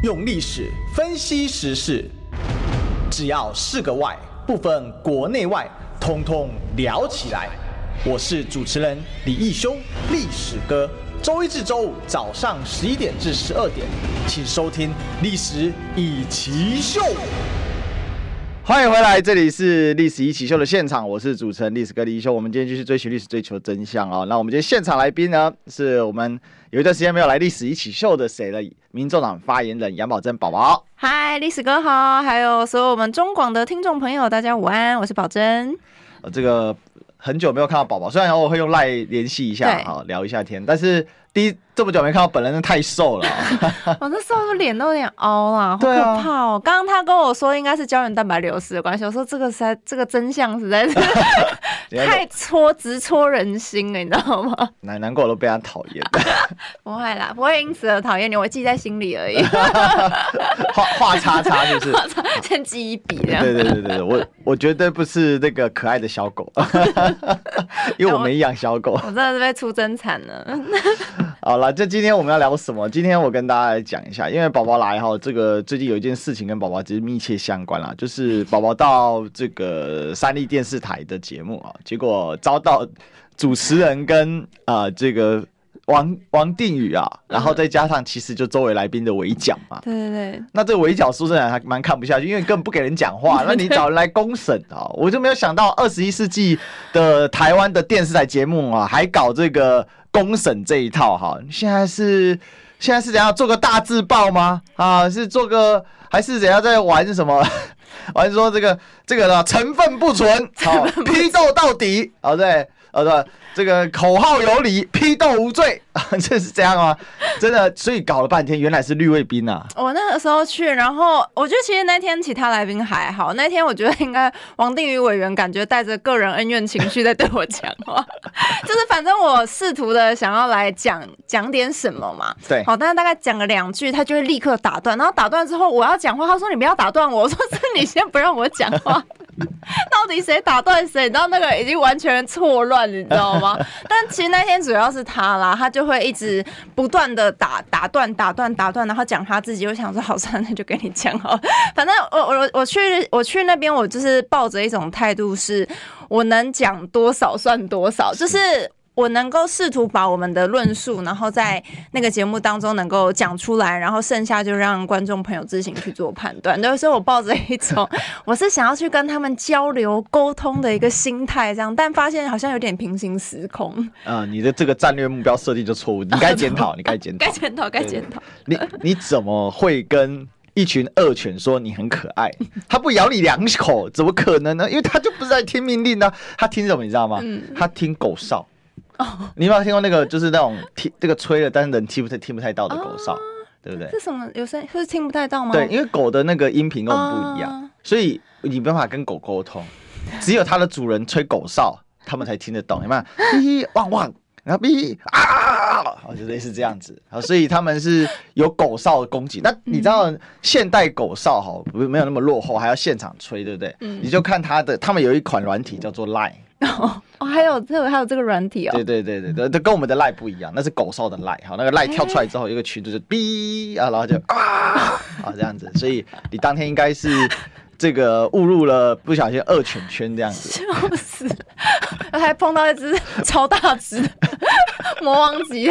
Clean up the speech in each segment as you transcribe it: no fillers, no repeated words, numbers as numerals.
用历史分析时事，只要是个“外”，不分国内外，通通聊起来。我是主持人李义修，历史哥。周一至周五早上11点至12点，请收听《历史一起秀》。 欢迎回来，这里是历史一起秀的现场，我是主持人历史哥李义修。我们今天继续追寻历史，追求真相啊！那我们今天现场来宾呢，是我们有一段时间没有来历史一起秀的谁了？民众党发言人杨宝珍宝宝。 嗨，历史哥好，还有所有我们中广的听众朋友，大家午安，我是宝珍。 这个很久没有看到宝宝，虽然我会用LINE联系一下，好聊一下天，但是这么久没看到本人，太瘦了。 我那时候脸都有点凹啦，好可怕哦！刚刚他跟我说应该是胶原蛋白流失的关系，我说这个真相实在是太直戳人心了，你知道吗？ 难怪我都被他讨厌。 不会啦，不会因此而讨厌你，我记在心里而已。 画叉叉就是， 先记一笔这样。 对，我绝对不是那个可爱的小狗，因为我没养小狗。 我真的是被出征惨了。 好了，这今天我们要聊什么？今天我跟大家来讲一下，因为宝宝来哈，这个最近有一件事情跟宝宝其实密切相关啦，就是宝宝到这个三立电视台的节目啊，结果遭到主持人跟这个王定宇啊，然后再加上其实就周围来宾的围剿嘛。 对。 那这个围剿说真的还蛮看不下去，因为根本不给人讲话，那你找人来公审啊，我就没有想到21世纪的台湾的电视台节目啊，还搞这个公审这一套哈。现在是怎样做个大字报吗？啊，是做个还是怎样在玩什么？玩说这个成分不纯，好批斗到底，好对。这个口号有理，批斗无罪，这是这样吗？真的，所以搞了半天，原来是绿卫兵啊！ 我那个时候去，然后我觉得其实那天其他来宾还好，那天我觉得应该王定宇委员感觉带着个人恩怨情绪在对我讲话，就是反正我试图的想要来讲点什么嘛， 对， 好，但是大概讲了2句，他就会立刻打断，然后打断之后我要讲话，他说你不要打断我，我说是你先不让我讲话。到底谁打断谁？你知道那个已经完全错乱，你知道吗？但其实那天主要是他啦，他就会一直不断的打断，然后讲他自己。我想说，好，算了，那就跟你讲好了。反正我去那边，我就是抱着一种态度，是我能讲多少算多少，就是。我能够试图把我们的论述，然后在那个节目当中能够讲出来，然后剩下就让观众朋友自行去做判断。所以我抱着一种我是想要去跟他们交流沟通的一个心态，这样，但发现好像有点平行时空。 你的这个战略目标设定就错误，你该检讨， 该检讨。 你怎么会跟一群恶犬说你很可爱？他不咬你2口，怎么可能呢？因为他就不是在听命令啊，他听什么你知道吗？他听狗哨。你有没有听过那个，就是那种这个吹了，但是人听不太到的狗哨，对不对？ 是什么？有声是听不太到吗？ 对，因为狗的那个音频跟我们不一样，所以你没办法跟狗沟通，只有它的主人吹狗哨，他们才听得懂，有没有？哔汪汪，然后哔啊，就类似这样子。所以他们是有狗哨的攻击。那你知道现代狗哨哈，没有那么落后，还要现场吹，对不对？你就看他们有一款软体叫做 LINE。 还有这个软体哦。 对，跟我们的 LINE 不一样，那是狗哨的 LINE。好，那个 LINE 跳出来之后，有一个群就是哔啊，然后就这样子。所以你当天应该是这个误入了不小心恶犬圈这样子。 笑死！还碰到一只超大只魔王级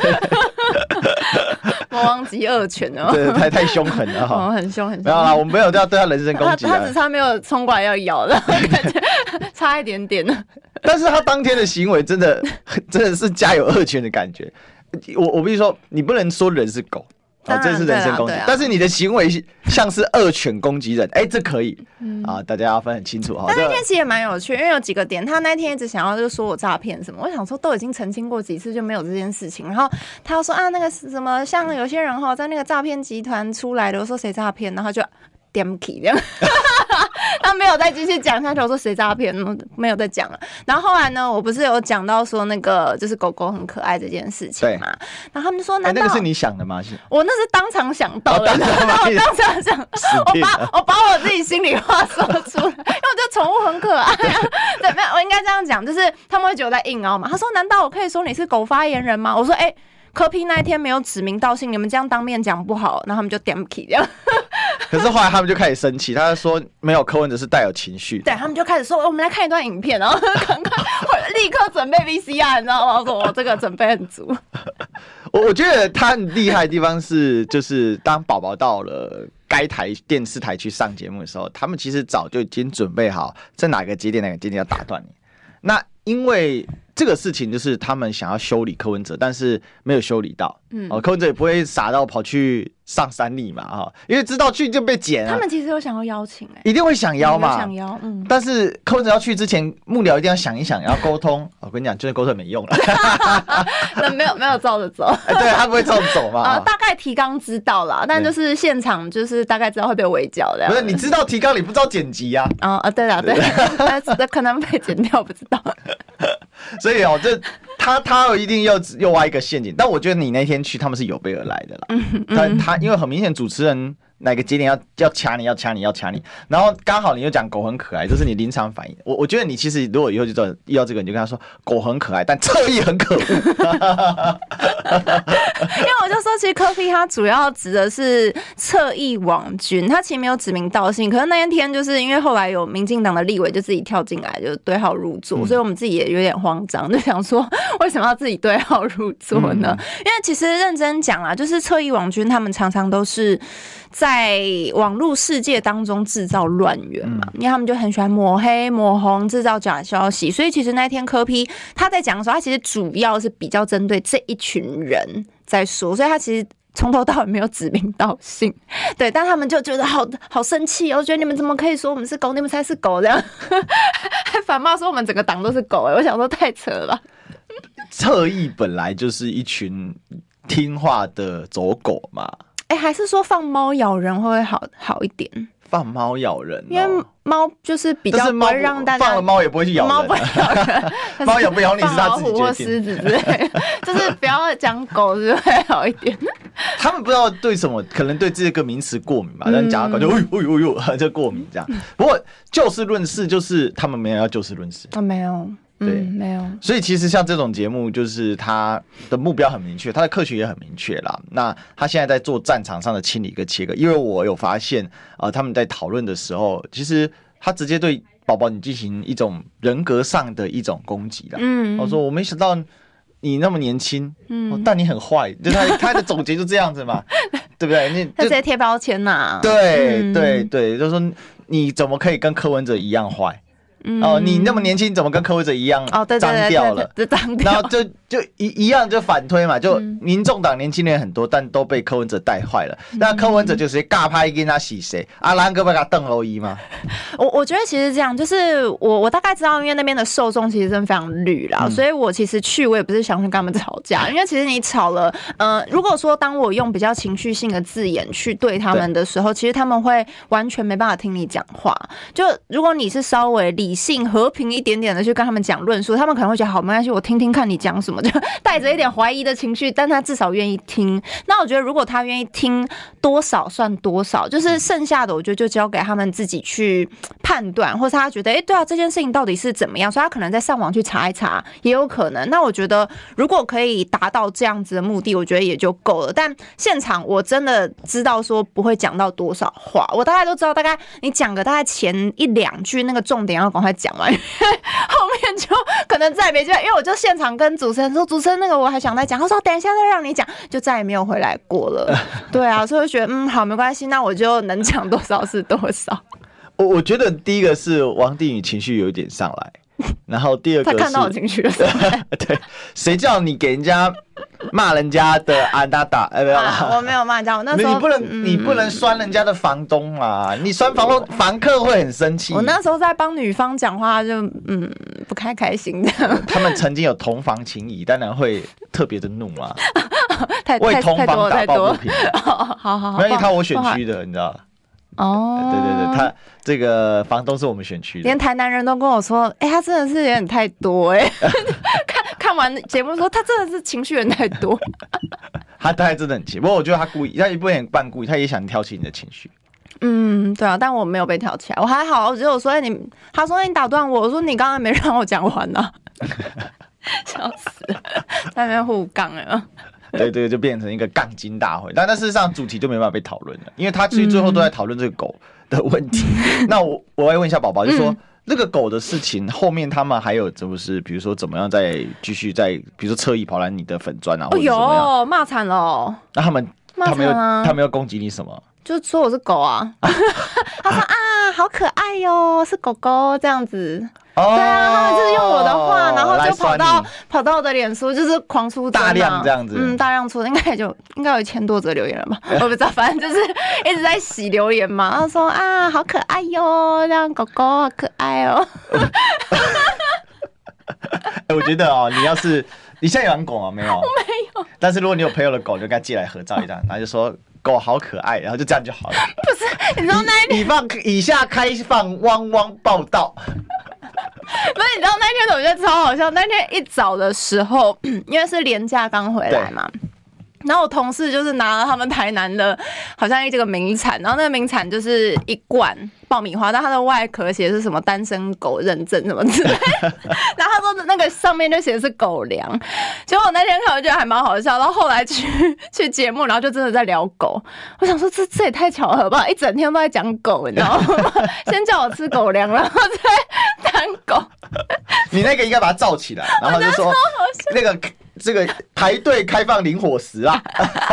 恶犬哦。 对，太凶狠了哈。 很凶。 没有啦，我们没有要对他人身攻击。 他只差没有冲过来要咬了，感觉差一点点。 但是他当天的行为真的是家有恶犬的感觉。我必须说，你不能说人是狗。这是人身攻击，但是你的行为像是恶犬攻击人，这可以大家要分很清楚哈。 但那天其实也蛮有趣，因为有几个点，他那天一直想要就说我诈骗什么，我想说都已经澄清过几次就没有这件事情，然后他又说那个什么，像有些人在那个诈骗集团出来的，我说谁诈骗，然后就点起这样。他没有再继续讲下去，我说谁诈骗，没有再讲了。然后后来呢，我不是有讲到说那个就是狗狗很可爱这件事情嘛，然后他们就说难道那个是你想的吗？ 我那是当场想到的，我当场想，我把我自己心里话说出来，因为我觉得宠物很可爱啊。对，没有，我应该这样讲，就是他们会觉得我在硬凹嘛。他说难道我可以说你是狗发言人吗？我说柯 P 那一天没有指名道姓，你们这样当面讲不好，然后他们就点 key 这样。 可是后来他们就开始生气，他说没有，柯文哲是带有情绪的。 对，他们就开始说，我们来看一段影片，然后赶快立刻准备 VCR， 你知道吗？我说我这个准备很足。 我觉得他很厉害的地方是，就是当宝宝到了该电视台去上节目的时候，他们其实早就已经准备好在哪个节点要打断你。那因为这个事情就是他们想要修理柯文哲，但是没有修理到。柯文哲也不会傻到跑去上三立嘛，因为知道去就被剪啊。 他们其实有想要邀请一定会想邀嘛， 想邀。 但是柯文哲要去之前，幕僚一定要想一想，然后沟通。我跟你讲，就是沟通没用了。 那没有照着走。 对，他不会照着走嘛。 大概提纲知道啦，但就是现场就是大概知道会被围剿的。 不是，你知道提纲，你不知道剪辑啊。 对啦，对，但可能被剪掉，不知道。 所以他一定又挖一个陷阱，但我觉得你那天去，他们是有备而来的啦。他因为很明显主持人哪个节点要掐你，然后刚好你又讲狗很可爱，这是你临场反应。我觉得你其实如果以后就遇到这个，你就跟他说狗很可爱，但侧翼很可恶。 因为我就说，其实柯 P 他主要指的是侧翼网军，他其实没有指名道姓。可是那一天就是因为后来有民进党的立委就自己跳进来，就对号入座，所以我们自己也有点慌张，就想说为什么要自己对号入座呢？因为其实认真讲啦，就是侧翼网军他们常常都是在网络世界当中制造乱源嘛，因为他们就很喜欢抹黑抹红，制造假消息。所以其实那天柯 P 他在讲的时候，他其实主要是比较针对这一群人在说，所以他其实从头到尾没有指名道姓。对，但他们就觉得好生气，我觉得你们怎么可以说我们是狗，你们才是狗这样，还反骂说我们整个党都是狗。我想说太扯了吧。 侧翼本来就是一群听话的走狗嘛。 还是说放猫咬人会不会好一点？ 放猫咬人， 因为猫就是比较不会让大家放了猫也不会去咬人， 猫不会咬人， 猫咬不咬你是他自己决定。 或狮子之类，就是不要讲狗是会好一点。 他们不知道对什么，可能对这个名词过敏吧，但讲到狗就就过敏这样。不过就事论事，就是他们没有要就事论事没有。对，没有。 所以其实像这种节目，就是他的目标很明确，他的客群也很明确啦。那他现在在做战场上的清理跟切割，因为我有发现他们在讨论的时候，其实他直接对宝宝你进行一种人格上的一种攻击啦。我说我没想到你那么年轻，但你很坏，就他的总结就这样子嘛，对不对？ 他直接贴标签呐。 对，就是说你怎么可以跟柯文哲一样坏？你那么年轻，怎么跟柯文哲一样脏掉了？然后就一样就反推嘛，就民众党年轻人很多，但都被柯文哲带坏了。那柯文哲就是尬拍跟他洗谁？兰哥被他邓欧一吗？ 我觉得其实这样，就是我大概知道，因为那边的受众其实真的非常绿啦，所以我其实我也不是想去跟他们吵架，因为其实你吵了，如果说当我用比较情绪性的字眼去对他们的时候，其实他们会完全没办法听你讲话。就如果你是稍微理性和平一点点的去跟他们讲论述，他们可能会觉得好没关系，我听听看你讲什么，就带着一点怀疑的情绪，但他至少愿意听。那我觉得如果他愿意听，多少算多少，就是剩下的我觉得就交给他们自己去判断，或是他觉得对啊，这件事情到底是怎么样，所以他可能在上网去查一查也有可能。那我觉得如果可以达到这样子的目的，我觉得也就够了。但现场我真的知道说不会讲到多少话，我大概都知道，大概你讲个大概前一两句那个重点要赶快讲完，因为后面就可能再也没机会。因为我就现场跟主持人说，主持人那个我还想再讲，他说等一下再让你讲，就再也没有回来过了。对啊，所以我觉得好没关系，那我就能讲多少是多少。 我觉得第一个是王定宇情绪有一点上来，然后第二个是他看到我情绪了上来。 对，谁叫你给人家骂人家的安达达？ 我没有骂人家，我那时候你不能酸人家的房东嘛，你酸房东，房客会很生气。 我那时候在帮女方讲话，就不开心的。 他们曾经有同房情谊，当然会特别的怒嘛。 为同房打抱不平。 好， 因为他我选区的，你知道。对，他这个房东是我们选区的， 连台南人都跟我说，他真的是有点太多看完节目说他真的是情绪有点太多。 他大概真的很气，不过我觉得他故意，他一部分半故意，他也想挑起你的情绪。 对啊，但我没有被挑起来，我还好，我只有说他说你打断我，我说你刚刚没让我讲完呢。笑死了，在那边互杠了。 对对，就变成一个杠精大会。但事实上主题就没办法被讨论了，因为他其实最后都在讨论这个狗的问题。那我要问一下宝宝，就说。这个狗的事情后面他们还有是不是，比如说怎么样再继续在，比如说侧翼跑来你的粉专啊，或者怎么样？ 骂惨了哦。 那他们要攻击你什么？ 就说我是狗啊。他说啊，好可爱哟，是狗狗这样子。对啊，他们就是用我的话，然后就跑到我的脸书，就是狂出大量这样子， 大量出，应该有1000多则留言了吧？我不知道，反正就是一直在洗留言嘛。然后说啊，好可爱哟，这样狗狗好可爱哦。 我觉得你现在有养狗吗？没有， 我没有。 但是如果你有朋友的狗，就跟他借来合照一张，然后就说狗好可爱，然后就这样就好了。 不是，你知道那一天以下开放汪汪报道。 不是，你知道那天我觉得超好笑。那天一早的时候，因为是连假刚回来嘛，然后我同事就是拿了他们台南的，好像这个名产，然后那个名产就是一罐爆米花，但它的外壳写的是什么单身狗认证什么之类的，然后他说那个上面就写的是狗粮，结果我那天看我觉得还蛮好笑，然后后来去节目，然后就真的在聊狗，我想说这也太巧合吧，一整天都在讲狗，你知道吗？先叫我吃狗粮，然后再谈狗。 你那个应该把它罩起来，然后就说这个排队开放零伙食啊。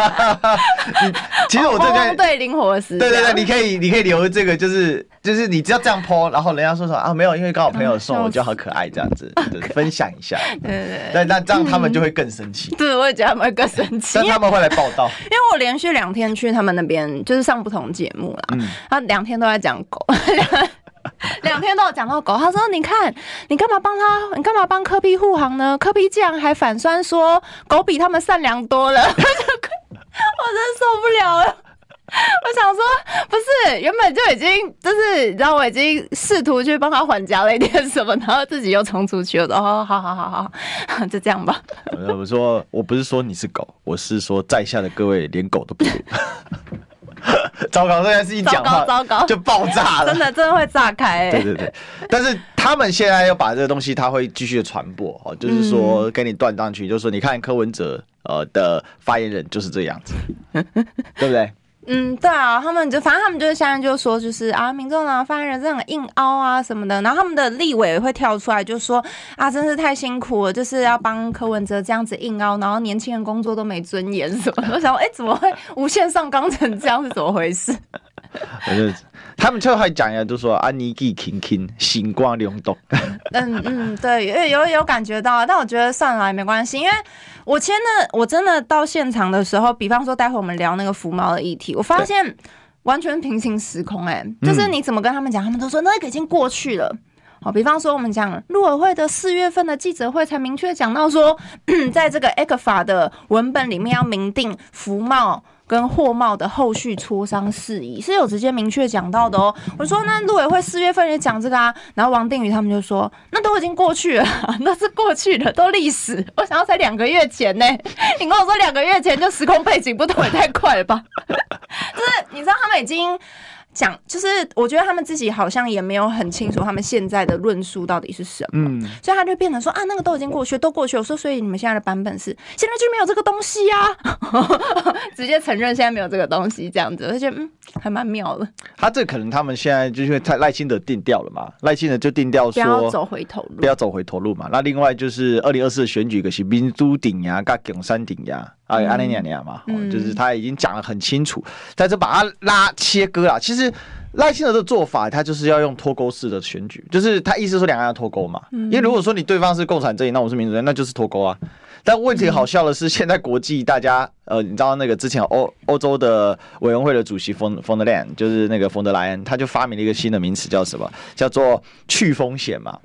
其实我这边对零伙食， 对，你可以留这个，就是你只要这样 po， 然后人家说啊没有，因为刚好朋友送，我觉得好可爱这样子，对，分享一下。对，那这样他们就会更生气。 对，我也觉得他们会更生气， 但他们会来报道。 因为我连续2天去他们那边，就是上不同节目啦，他2天都在讲狗。2天都有讲到狗，他说：“你看，你干嘛帮柯 P 护航呢？柯 P 竟然还反酸说狗比他们善良多了。”我真受不了了。我想说，不是原本就已经就是你知道我已经试图去帮他缓夹了一点什么，然后自己又冲出去了。哦，好，就这样吧。 我说我不是说你是狗，我是说在下的各位连狗都不如。糟糕，这件事情讲话糟糕就爆炸了， 真的会炸开。 对，但是他们现在要把这个东西，他会继续的传播，就是说给你断上去，就是说你看柯文哲的发言人就是这样子，对不对？ 对啊，反正他们就是现在就说，就是啊，民众党发言人这样硬凹啊什么的，然后他们的立委会跳出来就说啊，真是太辛苦了，就是要帮柯文哲这样子硬凹，然后年轻人工作都没尊严什么的。我想说，怎么会无限上纲成这样，是怎么回事？ 他们就还讲呀，就说啊，你记轻轻，星光流动。 对，有感觉到，但我觉得算了也没关系，因为我真的到现场的时候，比方说待会我们聊那个服贸的议题，我发现完全平行时空，就是你怎么跟他们讲，他们都说那个已经过去了。好，比方说我们讲陆委会的4月份的记者会才明确讲到说，在这个 ECFA 的文本里面要明定服贸跟货贸的后续磋商事宜，是有直接明确讲到的哦。我说那陆委会4月份也讲这个啊，然后王定宇他们就说那都已经过去了，那是过去了，都历史。我想要才2个月前呢，你跟我说2个月前就时空背景不同也太快了吧？就是你知道他们已经。讲就是，我觉得他们自己好像也没有很清楚他们现在的论述到底是什么，所以他就变成说啊，那个都已经过去了，都过去了。我说，所以你们现在的版本是现在就没有这个东西啊，直接承认现在没有这个东西，这样子，我就觉得还蛮妙的。 他这可能他们现在就是因为赖清德定调了嘛，赖清德就定调说不要走回头路嘛。那另外就是2024的选举，可是民主顶呀，跟共产顶呀。安尼娘嘛，就是他已经讲得很清楚，在这把它切割了。其实赖清德的做法，他就是要用脱钩式的选举，就是他意思说两岸要脱钩嘛。因为如果说你对方是共产阵营，那我是民主阵营，那就是脱钩啊。但问题好笑的是，现在国际大家你知道那个之前欧洲的委员会的主席冯德莱恩，就是那个冯德莱恩，他就发明了一个新的名词，叫什么？叫做去风险嘛。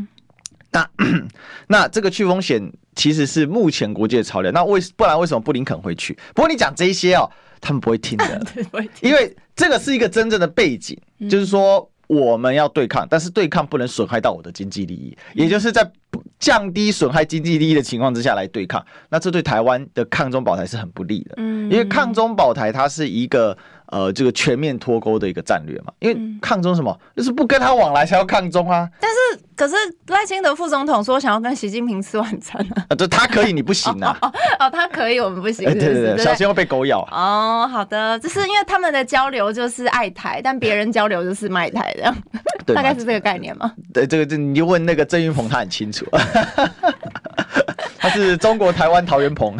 那这个去风险其实是目前国际的潮流。那不然为什么布林肯会去？不过你讲这些他们不会听的，因为这个是一个真正的背景，就是说我们要对抗，但是对抗不能损害到我的经济利益，也就是在降低损害经济利益的情况之下来对抗。那这对台湾的抗中保台是很不利的，因为抗中保台它是一个这个全面脱钩的一个战略嘛。因为抗中什么，就是不跟他往来才要抗中啊。 但是可是赖清德副总统说想要跟习近平吃晚餐啊。 这他可以，你不行啊。 哦，他可以，我们不行。 对对对，小心会被狗咬。 哦，好的，就是因为他们的交流就是爱台，但别人交流就是卖台这样，大概是这个概念吗？ 对，这个你就问那个郑运鹏，他很清楚。他是中国台湾桃园鹏。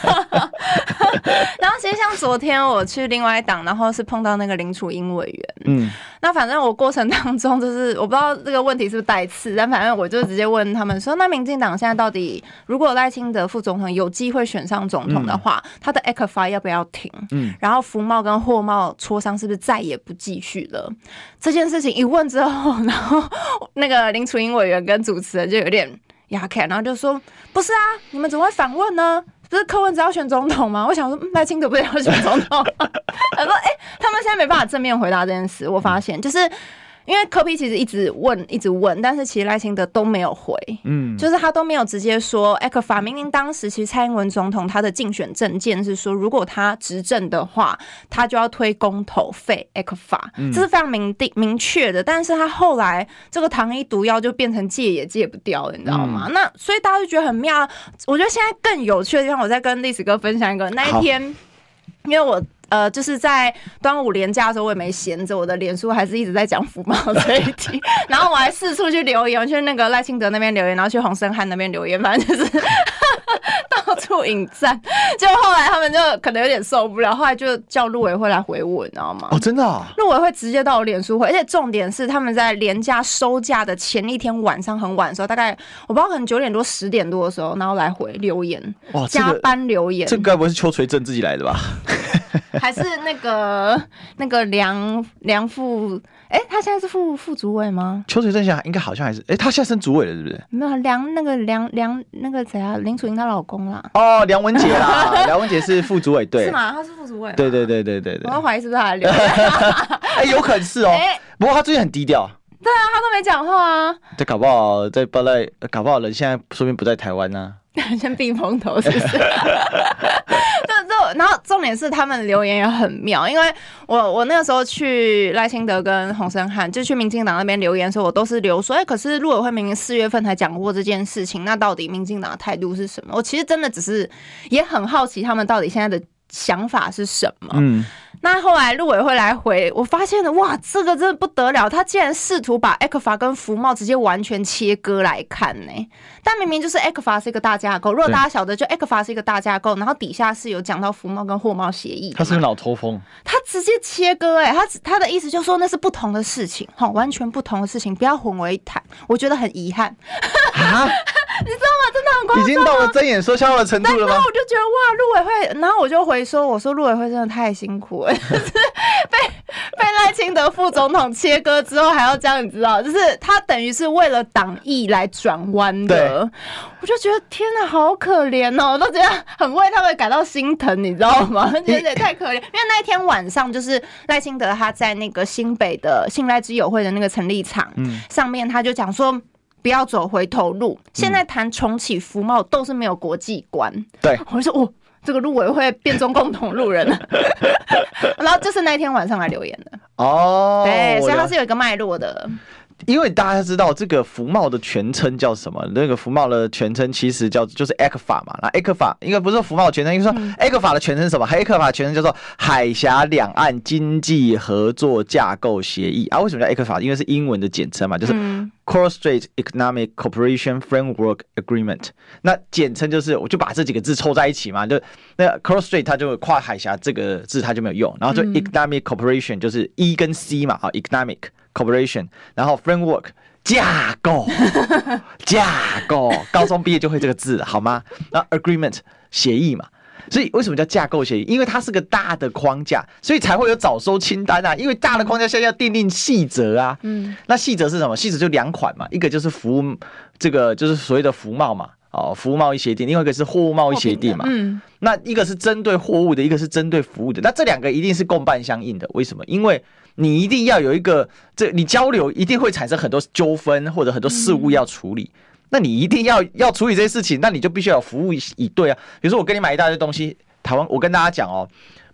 然后其实像昨天我去另外一党，然后是碰到那个林楚英委员，那反正我过程当中就是我不知道这个问题是不是带刺，但反正我就直接问他们说，那民进党现在到底如果赖清德副总统有机会选上总统的话，他的 ECFA 要不要停？然后服贸跟货贸磋商是不是再也不继续了？这件事情一问之后，然后那个林楚英委员跟主持人就有点压开，然后就说不是啊，你们怎么会反问呢？不是柯文哲要选总统吗？我想说赖清德不是要选总统吗？他说他们现在没办法正面回答这件事。我发现就是因为柯 P 其实一直问，但是其实赖清德都没有回，就是他都没有直接说 ECFA。明明当时其实蔡英文总统他的竞选政见是说，如果他执政的话，他就要推公投废 ECFA，这是非常明确的。但是他后来这个糖衣毒药就变成戒也戒不掉了，你知道吗？那所以大家就觉得很妙。我觉得现在更有趣的地方，我再跟历史哥分享一个那一天，因为我。就是在端午连假的时候，我也没闲着，我的脸书还是一直在讲服贸这一题，然后我还四处去留言，去那个赖清德那边留言，然后去洪胜汉那边留言，反正就是到处引战。结果后来他们就可能有点受不了，后来就叫陆委会来回我，你知道吗？ 哦，真的啊？ 陆委会直接到我脸书回，而且重点是他们在连假收假的前一天晚上很晚的时候，大概我不知道可能9点多10点多的时候，然后来回留言，哇，加班留言。 这个该不会是邱垂正自己来的吧？ 还是那个梁副，他现在是副主委吗？ 邱垂正现在应该好像还是，他现在升主委了，是不是？ 没有梁那个谁啊，林楚英她老公啦。 哦，梁文杰啦，梁文杰是副主委，对， 是吗？他是副主委。 对。 我会怀疑是不是他的留言。 有可能是哦。不过他最近很低调。 对啊，他都没讲话啊。 这搞不好人现在说不定不在台湾呢。 先避风头是不是？然后重点是他们留言也很妙，因为我那个时候去赖清德跟洪胜汉，就去民进党那边留言的时候，我都是留说，可是陆委会明明4月份才讲过这件事情，那到底民进党的态度是什么？我其实真的只是也很好奇他们到底现在的想法是什么。那后来陆委会来回，我发现了，哇，这个真的不得了，他竟然试图把 ECFA 跟服贸直接完全切割来看呢。但明明就是 ECFA 是一个大架构，如果大家晓得，就 ECFA 是一个大架构，然后底下是有讲到服贸跟货贸协议。 他是脑抽风， 他直接切割，他的意思就是说那是不同的事情，完全不同的事情，不要混为一谈。我觉得很遗憾。你知道吗？真的很夸张， 已经到了睁眼说瞎话的程度了吗？ 然后我就觉得哇，陆委会，然后我就回说，我说陆委会真的太辛苦了，就是被赖清德副总统切割之后还要这样，你知道，就是他等于是为了党意来转弯的。我就觉得天哪，好可怜哦，我都觉得很为他们感到心疼，你知道吗？觉得也太可怜，因为那一天晚上就是赖清德他在那个新北的信赖之友会的那个成立场上面，他就讲说。不要走回头路，现在谈重启服贸都是没有国际观。 对， 我就说这个陆委会变中共同路人了。然后就是那一天晚上来留言的。哦，对，所以它是有一个脉络的。 因为大家知道这个服贸的全称叫什么？那个服贸的全称其实就是 ECFA 嘛。那 ECFA 应该不是说服贸的全称，应该说 ECFA 的全称是什么？ECFA 的全称叫做海峡两岸经济合作架构协议啊。为什么叫 ECFA？ 因为是英文的简称嘛，就是 Cross-Strait Economic Cooperation Framework Agreement。那简称就是我就把这几个字凑在一起嘛，就那 Cross-Strait 它就跨海峡这个字它就没有用，然后就 Economic Cooperation 就是 E 跟 C 嘛，啊 Economic Cooperation， 然后 Framework 架构，高中毕业就会这个字好吗？然后 Agreement 协议嘛。所以为什么叫架构协议？因为它是个大的框架，所以才会有早收清单啊。因为大的框架下要订定细则啊。那细则是什么？细则就2款嘛，一个就是这个就是所谓的服贸嘛，服务贸易协定，另外一个是货物贸易协定嘛。那一个是针对货物的，一个是针对服务的。那这2个一定是共伴相应的。为什么？因为你一定要有一个，你交流一定会产生很多纠纷或者很多事务要处理。那你一定要处理这些事情，那你就必须要有服务以对啊。比如说我跟你买一大堆东西，台湾我跟大家讲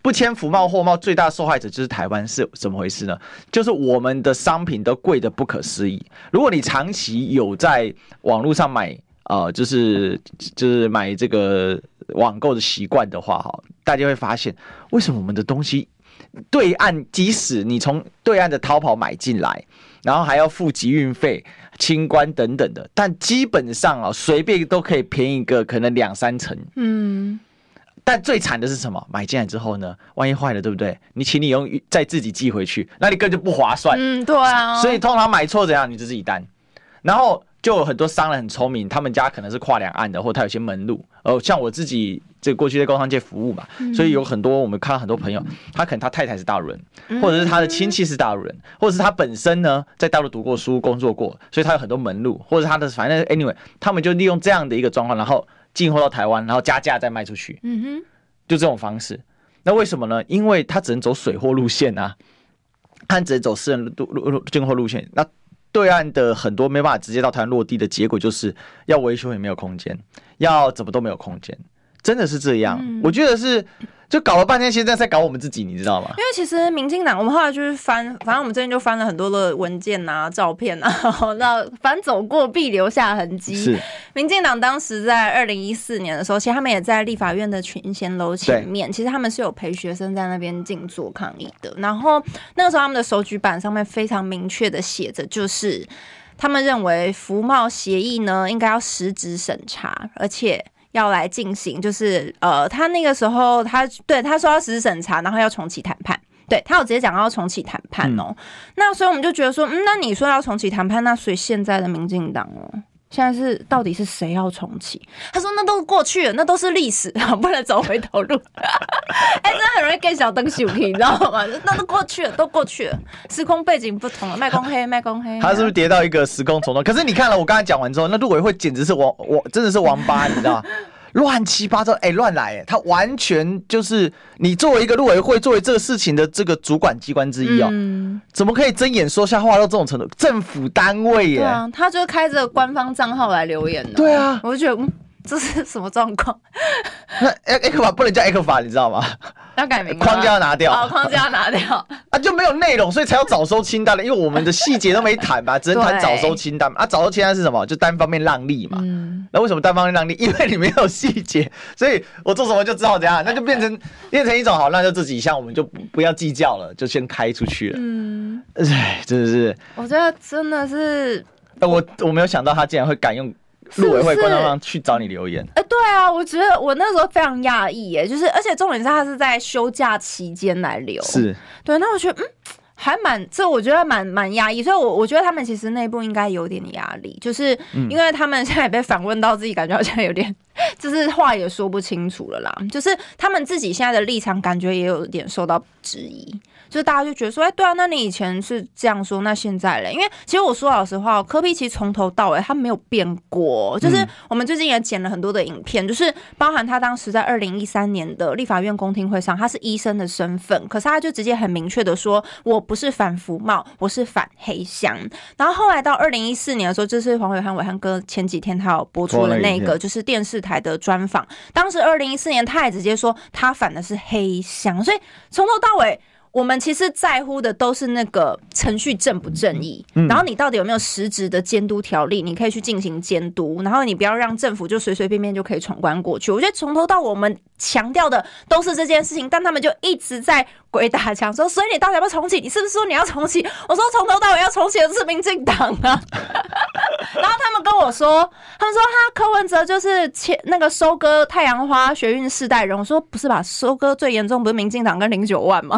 不签服贸货贸最大受害者就是台湾，是怎么回事呢？就是我们的商品都贵得不可思议。如果你长期有在网络上买就是买这个网购的习惯的话，大家会发现为什么我们的东西对岸，即使你从对岸的淘宝买进来，然后还要付集运费、清关等等的，但基本上随便都可以便宜个可能2-3成。但最惨的是什么？买进来之后呢，万一坏了，对不对？你请你用再自己寄回去，那你根本就不划算。 对啊。 所以通常买错怎样，你就自己担。然后就有很多商人很聪明，他们家可能是跨两岸的，或他有些门路。像我自己这个过去在工商界服务嘛，所以有很多我们看到很多朋友，他可能他太太是大陆人，或者是他的亲戚是大陆人，或者是他本身呢在大陆读过书、工作过，所以他有很多门路，或者他的反正 anyway， 他们就利用这样的一个状况，然后进货到台湾，然后加价再卖出去。就这种方式。那为什么呢？因为他只能走水货路线啊，他只能走私人进货路线。那对岸的很多没办法直接到台湾落地的结果，就是要维修也没有空间，要怎么都没有空间，真的是这样。我觉得是。就搞了半天，现在在搞我们自己，你知道吗？ 因为其实民进党，我们后来就是翻，反正我们这边就翻了很多的文件啊、照片啊，那反正走过必留下痕迹。是民进党当时在2014年的时候，其实他们也在立法院的群贤楼前面，其实他们是有陪学生在那边静坐抗议的。然后那个时候他们的手举板上面非常明确的写着，就是他们认为服贸协议呢应该要实质审查，而且要来进行，就是他那个时候他说要实质审查，然后要重启谈判，对他有直接讲要重启谈判哦。那所以我们就觉得说，那你说要重启谈判，那所以现在的民进党现在是到底是谁要重启？他说那都过去了，那都是历史，不能走回头路。真的很容易跟小灯小气，你知道吗？那都过去了，都过去了，时空背景不同了，卖公黑。他是不是跌到一个时空重动？可是你看了我刚才讲完之后，那陆委会简直是真的是王八，你知道吗？乱七八糟，乱来，他完全就是你作为一个陆委会，作为这个事情的这个主管机关之一怎么可以睁眼说瞎话到这种程度？政府单位耶， 对啊，他就是开着官方账号来留言的。 对啊， 我就觉得这是什么状况？ 那 ECFA 不能叫 ECFA， 你知道吗？ 要改名， 框架要拿掉， 框架要拿掉就没有内容，所以才要早收清单了。因为我们的细节都没谈嘛，只能谈早收清单嘛。早收清单是什么？就单方面让利嘛。那为什么单方面让利？因为你没有细节，所以我做什么就只好怎样，那就变成一种好，那就自己像我们就不要计较了，就先开出去了。真的是， 我觉得真的是， 我没有想到他竟然会敢用陆委会官方上去找你留言。 对啊，我觉得我那时候非常讶异耶，就是而且重点是他是在休假期间来留， 是对， 那我觉得还蛮，这我觉得蛮压抑，所以我觉得他们其实内部应该有点压力，就是因为他们现在也被反问到，自己感觉好像有点，就是话也说不清楚了啦，就是他们自己现在的立场感觉也有点受到质疑。就是大家就觉得说，对啊，那你以前是这样说，那现在嘞？因为其实我说老实话，柯 P 其实从头到尾他没有变过。就是我们最近也剪了很多的影片，就是包含他当时在2013年的立法院公听会上，他是医生的身份，可是他就直接很明确的说，我不是反服贸，我是反黑箱。然后后来到2014年的时候，就是黄伟汉哥前几天他有播出了那个就是电视台的专访，当时2014年他也直接说他反的是黑箱，所以从头到尾。我们其实在乎的都是那个程序正不正义，然后你到底有没有实质的监督条例，你可以去进行监督，然后你不要让政府就随随便便就可以闯关过去。我觉得从头到尾我们强调的都是这件事情，但他们就一直在鬼打墙说，所以你到底要不要重启？你是不是说你要重启？我说从头到尾要重启的是民进党啊。然后他们跟我说，柯文哲就是那个收割太阳花学运世代人。我说不是吧，收割最严重不是民进党跟09万吗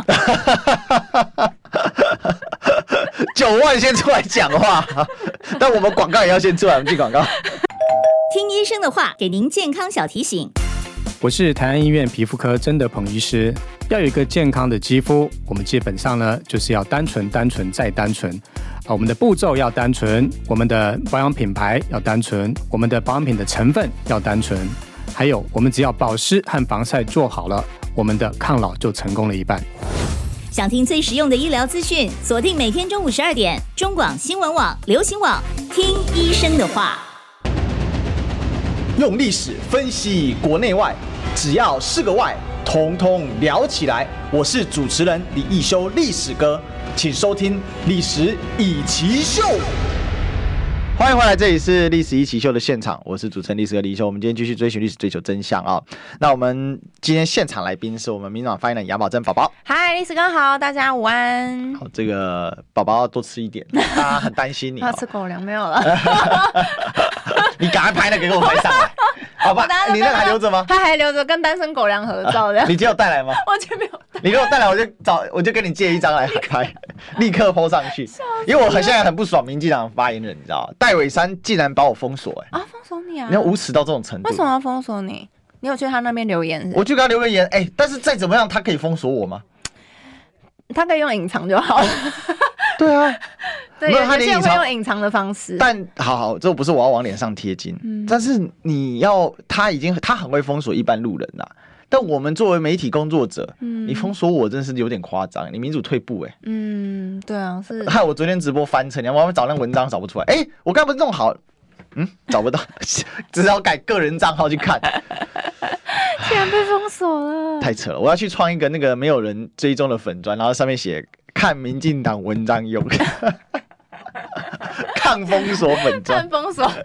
？9万先出来讲话，但我们广告也要先出来，我们进广告。 听医生的话，给您健康小提醒。 我是台安医院皮肤科曾德鹏医师。要有一个健康的肌肤，我们基本上呢就是要单纯再单纯。我们的步骤要单纯，我们的保养品牌要单纯，我们的保养品的成分要单纯，还有我们只要保湿和防晒做好了，我们的抗老就成功了一半。 想听最实用的医疗资讯，锁定每天中午12点，中广新闻网、流行网，听医生的话。 用历史分析国内外，只要是个“外”， 统统聊起来。我是主持人李易修，历史哥，请收听《历史一奇秀》。 欢迎回来，这里是历史一奇秀的现场，我是主持人历史哥李易修。我们今天继续追寻历史，追求真相啊！那我们今天现场来宾是我们民主党发言人杨宝珍宝宝。 嗨，历史哥好，大家午安。 好，这个宝宝要多吃一点，大家很担心你、 他吃狗粮没有了？ 你赶快拍那个给我拍上来，好吧？你那个还留着吗？ 他还留着跟单身狗粮合照的。 你今天有带来吗？ 完全没有。 你给我带来，我就跟你借一张来拍，立刻 po 上去。因为我现在很不爽民进党发言人，你知道吗？戴伟山竟然把我封锁， 封锁你啊！ 你要无耻到这种程度？ 为什么要封锁你？你有去他那边留言是不是？ 我去给他留个言，但是再怎么样，他可以封锁我吗？ 他可以用隐藏就好了。 对啊。 对，有些人会用隐藏的方式。 但好，这不是我要往脸上贴金，但是他很会封锁一般路人啦。但我们作为媒体工作者，你封锁我真是有点夸张，你民主退步对啊，是。 害我昨天直播翻车，你要找那文章找不出来，我刚不是弄好，找不到，只好改个人账号去看。 竟然被封锁了， 太扯了！我要去创一个那个没有人追踪的粉专，然后上面写看民进党文章用。抗封锁粉专， 抗封锁，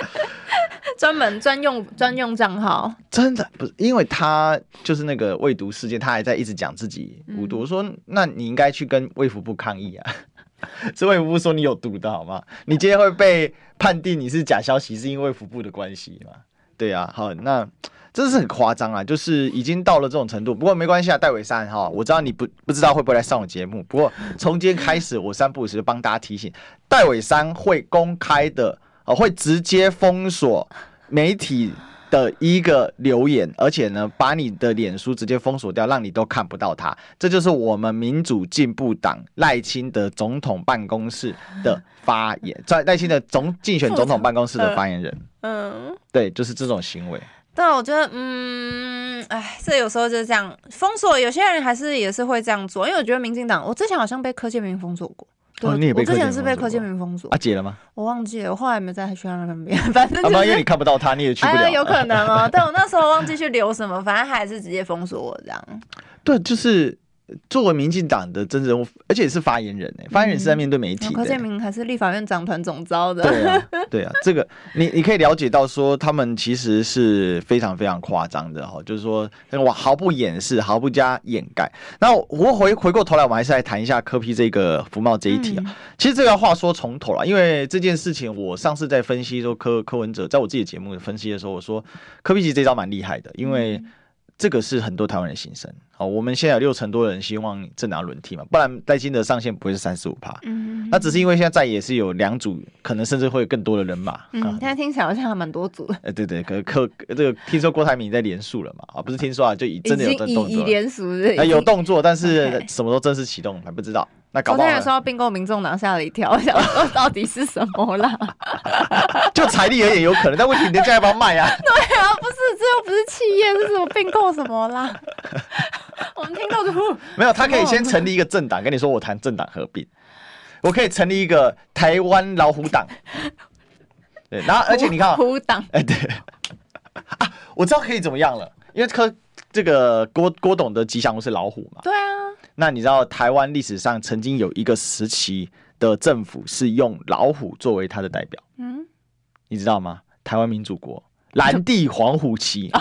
专用账号， 真的不是因为他就是那个未读事件，他还在一直讲自己无毒。我说，那你应该去跟卫福部抗议啊！是卫福部说你有毒的好吗？你今天会被判定你是假消息，是因为卫福部的关系嘛？对啊，好，那真是很夸张啊，就是已经到了这种程度。不过没关系啊，戴伟山哈，我知道你不知道会不会来上我节目，不过从今天开始，我三不五时就帮大家提醒，戴伟山会公开的，会直接封锁媒体的一个留言，而且呢，把你的脸书直接封锁掉，让你都看不到他。这就是我们民主进步党赖清德总统办公室的发言，在赖清德竞选总统办公室的发言人。对，就是这种行为。 对，我觉得，这有时候就是这样封锁，有些人也是会这样做，因为我觉得民进党，我之前好像被柯建铭封锁过。对， 你也被我之前是被柯建铭封锁。 解了吗？ 我忘记了，我后来没再去他那边，反正因为你看不到他，你也去不了。 有可能哦。但我那时候忘记去留什么，反正还是直接封锁我这样。 对，就是作为民进党的真正，而且是发言人，发言人是在面对媒体的。 柯建铭还是立法院长团总召的。 对啊，这个你可以了解到说，他们其实是非常非常夸张的哈，就是说毫不掩饰，毫不加掩盖。那我回过头来，我们还是来谈一下柯 P 这个服贸这一题啊。其实这个话说从头了，因为这件事情，我上次在分析说柯文哲在我自己的节目分析的时候，我说柯 P 其实这招蛮厉害的，因为这个是很多台湾人心声。好，我们现在有60%多人希望政党轮替嘛，不然赖清德上限不会是35%。那只是因为现在也是有2组，可能甚至会有更多的人马。 现在听起来好像还蛮多组的。 对，这个听说郭台铭在连署了嘛？不是听说啊，就真的有动作了。 已连署有动作，但是什么时候正式启动还不知道。那搞不好昨天有说要并购民众党，吓了一跳，想说到底是什么啦？ 就财力而言有可能，但问题人家要不要卖啊？ 对啊，不是，这又不是企业，是什么并购什么啦？我们听到就没有，他可以先成立一个政党，跟你说我谈政党合并，我可以成立一个台湾老虎党。对，然后而且你看虎党， 对啊，我知道可以怎么样了，因为这个郭董的吉祥物是老虎嘛。 对啊。 那你知道台湾历史上曾经有一个时期的政府是用老虎作为他的代表，你知道吗？台湾民主国蓝地黄虎旗，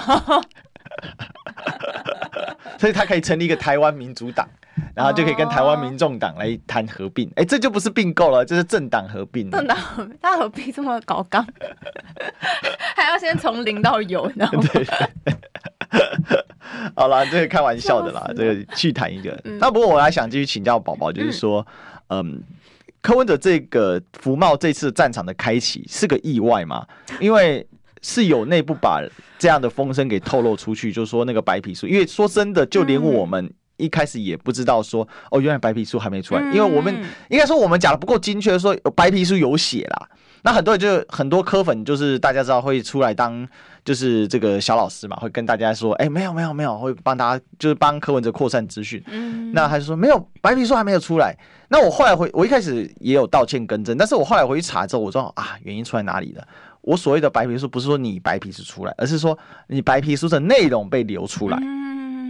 所以他可以成立一个台湾民主党，然后就可以跟台湾民众党来谈合并。这就不是并购了，这是政党合并。 政党合并，他何必这么搞纲？还要先从0到有，你知道吗？ 对。好啦，这个开玩笑的啦，这个去谈一个。那不过我还想继续请教宝宝，就是说，柯文哲这个服贸这次战场的开启是个意外吗？因为是有内部把这样的风声给透露出去，就是说那个白皮书，因为说真的，就连我们一开始也不知道说，原来白皮书还没出来，因为我们应该说我们讲的不够精确，说白皮书有写啦。那很多柯粉就是大家知道会出来当就是这个小老师嘛，会跟大家说，没有，会帮大家就是帮柯文哲扩散资讯。那他就说没有，白皮书还没有出来。那我后来我一开始也有道歉更正，但是我后来回去查之后，我知道原因出在哪里了。我所谓的白皮书不是说你白皮书出来，而是说你白皮书的内容被流出来。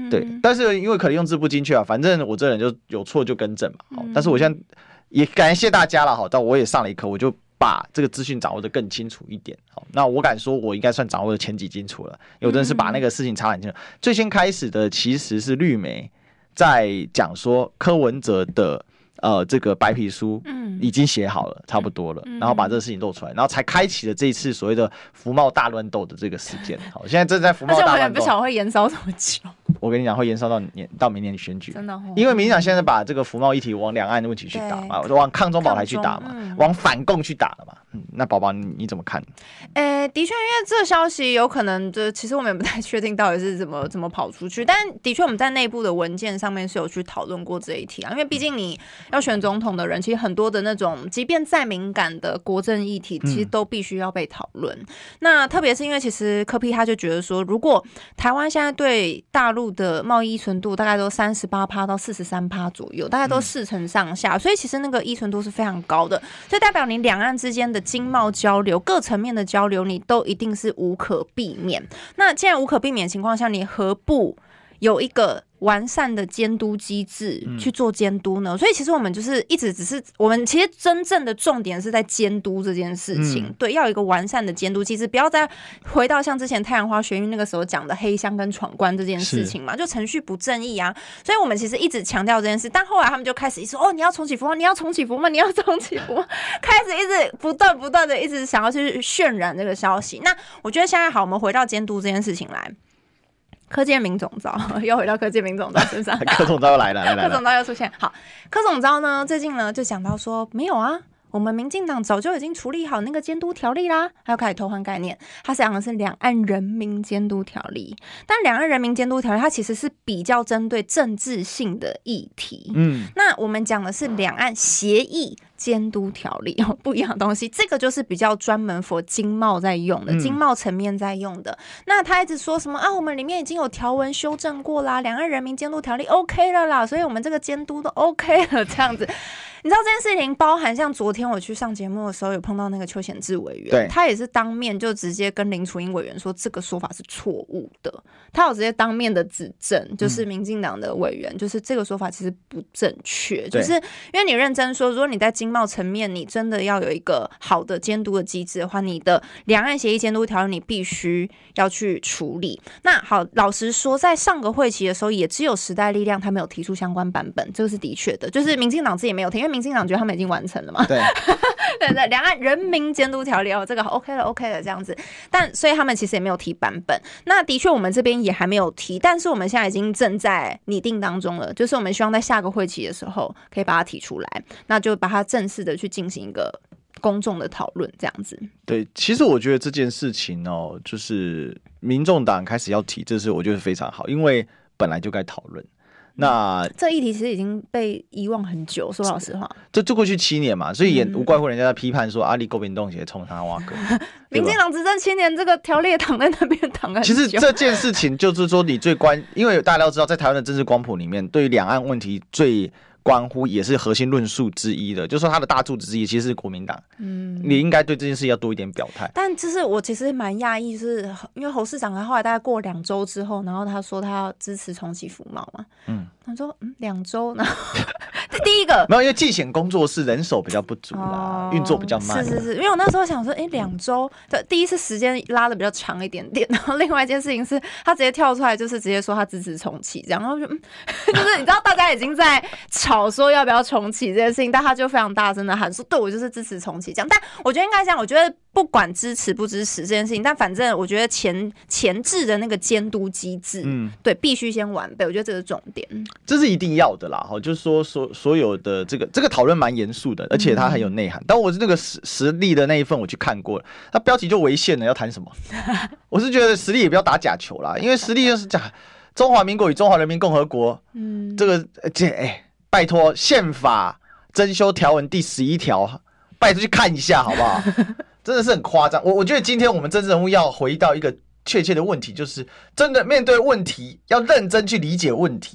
对，但是因为可能用字不精确啊，反正我这人就有错就更正嘛。但是我现在也感谢大家了，好，但我也上了一课，我就把这个资讯掌握得更清楚一点。好，那我敢说，我应该算掌握的前几清楚了。有的人是把那个事情查很清楚。最先开始的其实是绿媒在讲说柯文哲的这个白皮书已经写好了，差不多了，然后把这个事情露出来，然后才开启了这一次所谓的服贸大乱斗的这个事件。好，现在正在服贸大乱斗， 而且我也不晓得会延烧这么久。 我跟你讲，会延烧到明年的选举， 真的哦。 因为民进党现在把这个服贸议题往两岸的问题去打嘛，往抗中保台去打嘛，往反共去打了嘛。那宝宝你怎么看？ 的确，因为这个消息有可能其实我们也不太确定到底是怎么跑出去，但的确我们在内部的文件上面是有去讨论过这一题啊。因为毕竟你要选总统的人，其实很多的那种，即便再敏感的国政议题，其实都必须要被讨论。那特别是因为其实柯 P 他就觉得说，如果台湾现在对大陆的贸易依存度大概都38%到43%左右，大概都40%上下，所以其实那个依存度是非常高的，所以代表你两岸之间的经贸交流、各层面的交流，你都一定是无可避免。那既然无可避免的情况下，你何不有一个完善的监督机制去做监督呢？所以其实我们就是一直只是我们其实真正的重点是在监督这件事情，对，要有一个完善的监督机制，不要再回到像之前太阳花学运那个时候讲的黑箱跟闯关这件事情嘛，就程序不正义啊。所以我们其实一直强调这件事，但后来他们就开始一直说你要重启服贸，你要重启服贸，你要重启服贸，开始一直不断的一直想要去渲染这个消息。那我觉得现在好，我们回到监督这件事情来。柯建铭总召又回到柯建铭总召身上， 柯总召又来了， 柯总召又出现。好，柯总召呢，最近呢就讲到说，没有啊，我们民进党早就已经处理好那个监督条例啦，还要开始偷换概念。他讲的是两岸人民监督条例，但两岸人民监督条例它其实是比较针对政治性的议题。那我们讲的是两岸协议监督条例，不一样的东西。这个就是比较专门 for 经贸在用的，经贸层面在用的。那他一直说什么啊？我们里面已经有条文修正过啦，两岸人民监督条例 OK 了啦，所以我们这个监督都 OK 了，这样子。你知道这件事情包含像昨天我去上节目的时候，有碰到那个邱显智委员，他也是当面就直接跟林楚英委员说这个说法是错误的，他有直接当面的指正，就是民进党的委员，就是这个说法其实不正确，就是因为你认真说，如果你在经贸层面你真的要有一个好的监督的机制的话，你的两岸协议监督条例你必须要去处理。那好，老实说，在上个会期的时候，也只有时代力量他没有提出相关版本，这个是的确的，就是民进党自己也没有提，因为民进党觉得他们已经完成了嘛。对对，两岸人民监督条例这个 OK 了 OK 了这样子，但所以他们其实也没有提版本。那的确我们这边也还没有提，但是我们现在已经正在拟定当中了，就是我们希望在下个会期的时候可以把它提出来，那就把它正式的去进行一个公众的讨论这样子。 对，其实我觉得这件事情就是民众党开始要提，这是我觉得非常好，因为本来就该讨论。那这议题其实已经被遗忘很久，说老实话， 这过去7年嘛，所以也无怪乎人家在批判说阿里国民党协冲他挖哥， 民进党执政7年，这个条例也躺在那边躺很久。 其实这件事情就是说，你因为大家都知道，在台湾的政治光谱里面，对于两岸问题最关乎也是核心论述之一的，就是说他的大柱子之一其实是国民党。你应该对这件事要多一点表态。 但就是我其实蛮讶异，就是因为侯市长他后来大概过2周之后，然后他说他要支持重启服贸嘛。他说2周，然后第一个没有，因为技险工作室人手比较不足啦，运作比较慢。 是，因为我那时候想说，2周的第一次时间拉的比较长一点点，然后另外一件事情是他直接跳出来，就是直接说他支持重启，然后就是你知道大家已经在吵说要不要重启这件事情，但他就非常大声的喊说，对，我就是支持重启这样。但我觉得应该这样，我觉得不管支持不支持这件事情，但反正我觉得前置的那个监督机制，对，必须先完备，我觉得这是重点。 这是一定要的啦，就是说所有的这个讨论蛮严肃的，而且它很有内涵。但我是那个实力的那一份我去看过了，它标题就违宪了，要谈什么？我是觉得实力也不要打假球啦，因为实力就是讲中华民国与中华人民共和国，这个拜托宪法增修条文第11条，拜托去看一下好不好？真的是很夸张。我觉得今天我们政治人物要回到一个确切的问题，就是真的面对问题要认真去理解问题。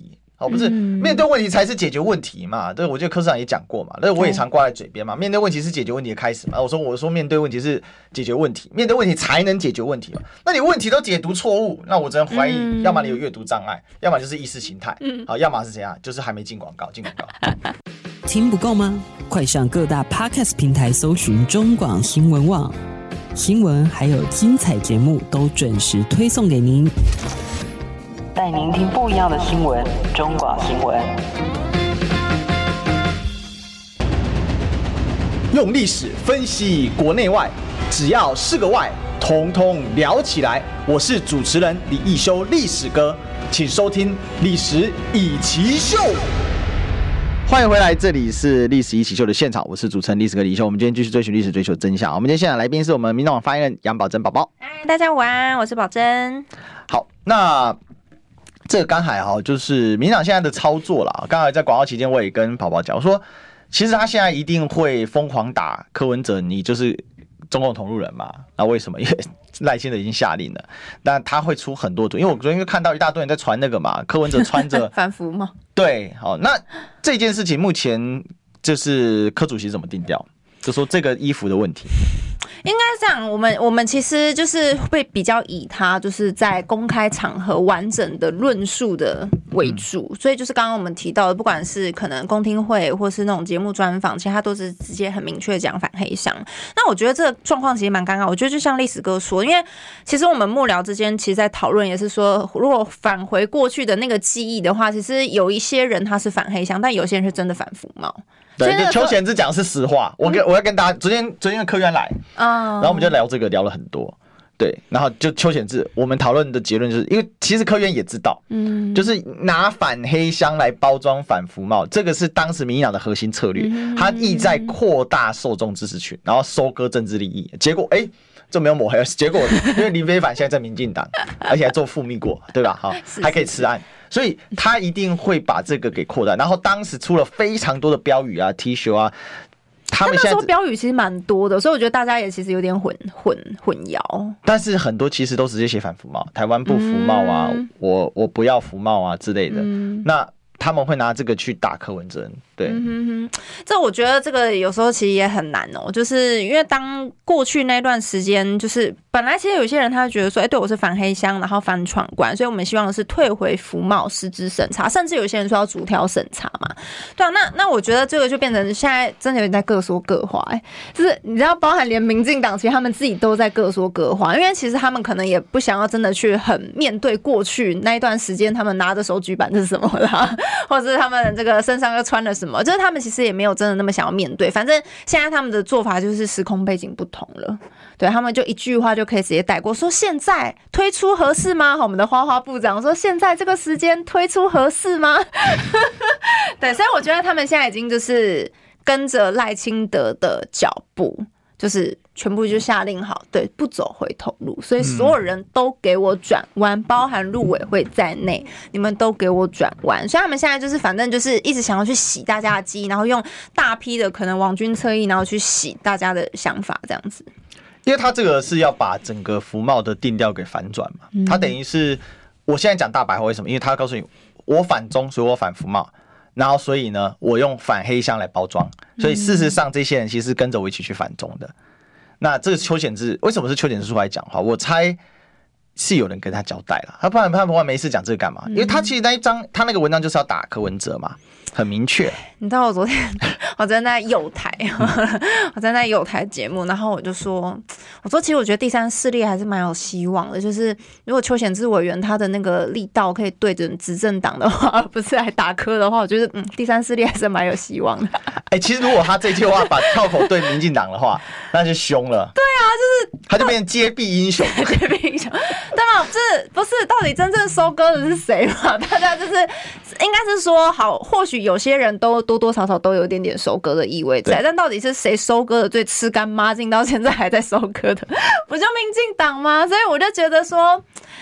不是面对问题才是解决问题嘛？对，我记得科市长也讲过嘛，那我也常挂在嘴边嘛。面对问题是解决问题的开始嘛。我说面对问题是解决问题，面对问题才能解决问题嘛。那你问题都解读错误，那我只能怀疑，要么你有阅读障碍，要么就是意识形态，好，要么是怎样，就是还没进广告。 听不够吗？快上各大 Podcast 平台搜寻中广新闻网，新闻还有精彩节目都准时推送给您，带您听不一样的新闻。中广新闻用历史分析国内外，只要是个“外”，统统聊起来。我是主持人李义修，历史哥，请收听《历史一起秀》。 欢迎回来，这里是历史一起秀的现场，我是主持人历史哥李修。我们今天继续追寻历史，追求真相。我们今天现场来宾是我们民众党发言人杨宝珍宝宝。 大家晚安，我是宝珍。 好，那这个刚才就是民进党现在的操作啦。刚才在广告期间，我也跟宝宝讲，我说其实他现在一定会疯狂打柯文哲，你就是中共同路人嘛？那为什么？因为赖清德已经下令了，但他会出很多图，因为我昨天就看到一大堆人在传那个嘛，柯文哲穿着反服吗？ 对，好，那这件事情目前就是柯主席怎么定调？就说这个衣服的问题。 应该这样，我们其实就是会比较以他就是在公开场合完整的论述的为主，所以就是刚刚我们提到的，不管是可能公听会或是那种节目专访，其实他都是直接很明确讲反黑箱。那我觉得这个状况其实蛮尴尬，我觉得就像历史哥说，因为其实我们幕僚之间其实在讨论也是说，如果返回过去的那个记忆的话，其实有一些人他是反黑箱，但有些人是真的反服贸。 对，就邱显智讲是实话，我要跟大家，昨天的科员来，然后我们就聊这个，聊了很多，对，然后就邱显智，我们讨论的结论就是，因为其实科员也知道，就是拿反黑箱来包装反服贸，这个是当时民进党的核心策略，他意在扩大受众支持群，然后收割政治利益，结果这没有抹黑，结果因为林非凡现在在民进党，而且还做复秘过，对吧？好，还可以吃案。所以他一定会把这个给扩大，然后当时出了非常多的标语啊、T 恤啊，他们现在那时候标语其实蛮多的，所以我觉得大家也其实有点混淆。 但是很多其实都直接写反服贸，台湾不服贸啊，我不要服贸啊之类的。那他们会拿这个去打柯文哲，对， 这我觉得这个有时候其实也很难哦，就是因为当过去那段时间，就是本来其实有些人他会觉得说，对我是反黑箱，然后反闯关，所以我们希望的是退回服贸实质审查，甚至有些人说要逐条审查嘛，对啊，那我觉得这个就变成现在真的有点在各说各话，就是你知道，包含连民进党其实他们自己都在各说各话，因为其实他们可能也不想要真的去很面对过去那一段时间他们拿着手举板是什么啦。或者是他们这个身上又穿了什么，就是他们其实也没有真的那么想要面对，反正现在他们的做法就是时空背景不同了，对，他们就一句话就可以直接带过，说现在推出合适吗？我们的花花部长说现在这个时间推出合适吗？对，所以我觉得他们现在已经就是跟着赖清德的脚步，就是全部就下令好，对，不走回头路，所以所有人都给我转弯，包含陆委会在内，你们都给我转弯。所以他们现在就是反正就是一直想要去洗大家的记忆，然后用大批的可能网军侧翼，然后去洗大家的想法这样子。 因为他这个是要把整个服贸的定调给反转嘛，他等于是我现在讲大白话，为什么？因为他告诉你我反中，所以我反服贸。然后，所以呢，我用反黑箱来包装，所以事实上，这些人其实是跟着我一起去反中的。那这个邱显智为什么是邱显智出来讲话？我猜是有人跟他交代了，他不然没事讲这个干嘛？因为他其实那一张他那个文章就是要打柯文哲嘛，很明确。 你知道我昨天在友台，我在友台节目，然后我说其实我觉得第三势力还是蛮有希望的，就是如果邱显智委员他的那个力道可以对准执政党的话，不是来打柯的话，我觉得第三势力还是蛮有希望的。 其实如果他这句话把跳口对民进党的话，那就凶了。 对啊，就是他就变成揭弊英雄。 揭弊英雄，对吗？不是到底真正收割的是谁嘛？大家就是应该是说，好，或许有些人都多多少少都有一点点收割的意味在，但到底是谁收割的最吃干抹净，到现在还在收割的，不就民进党吗？所以我就觉得说，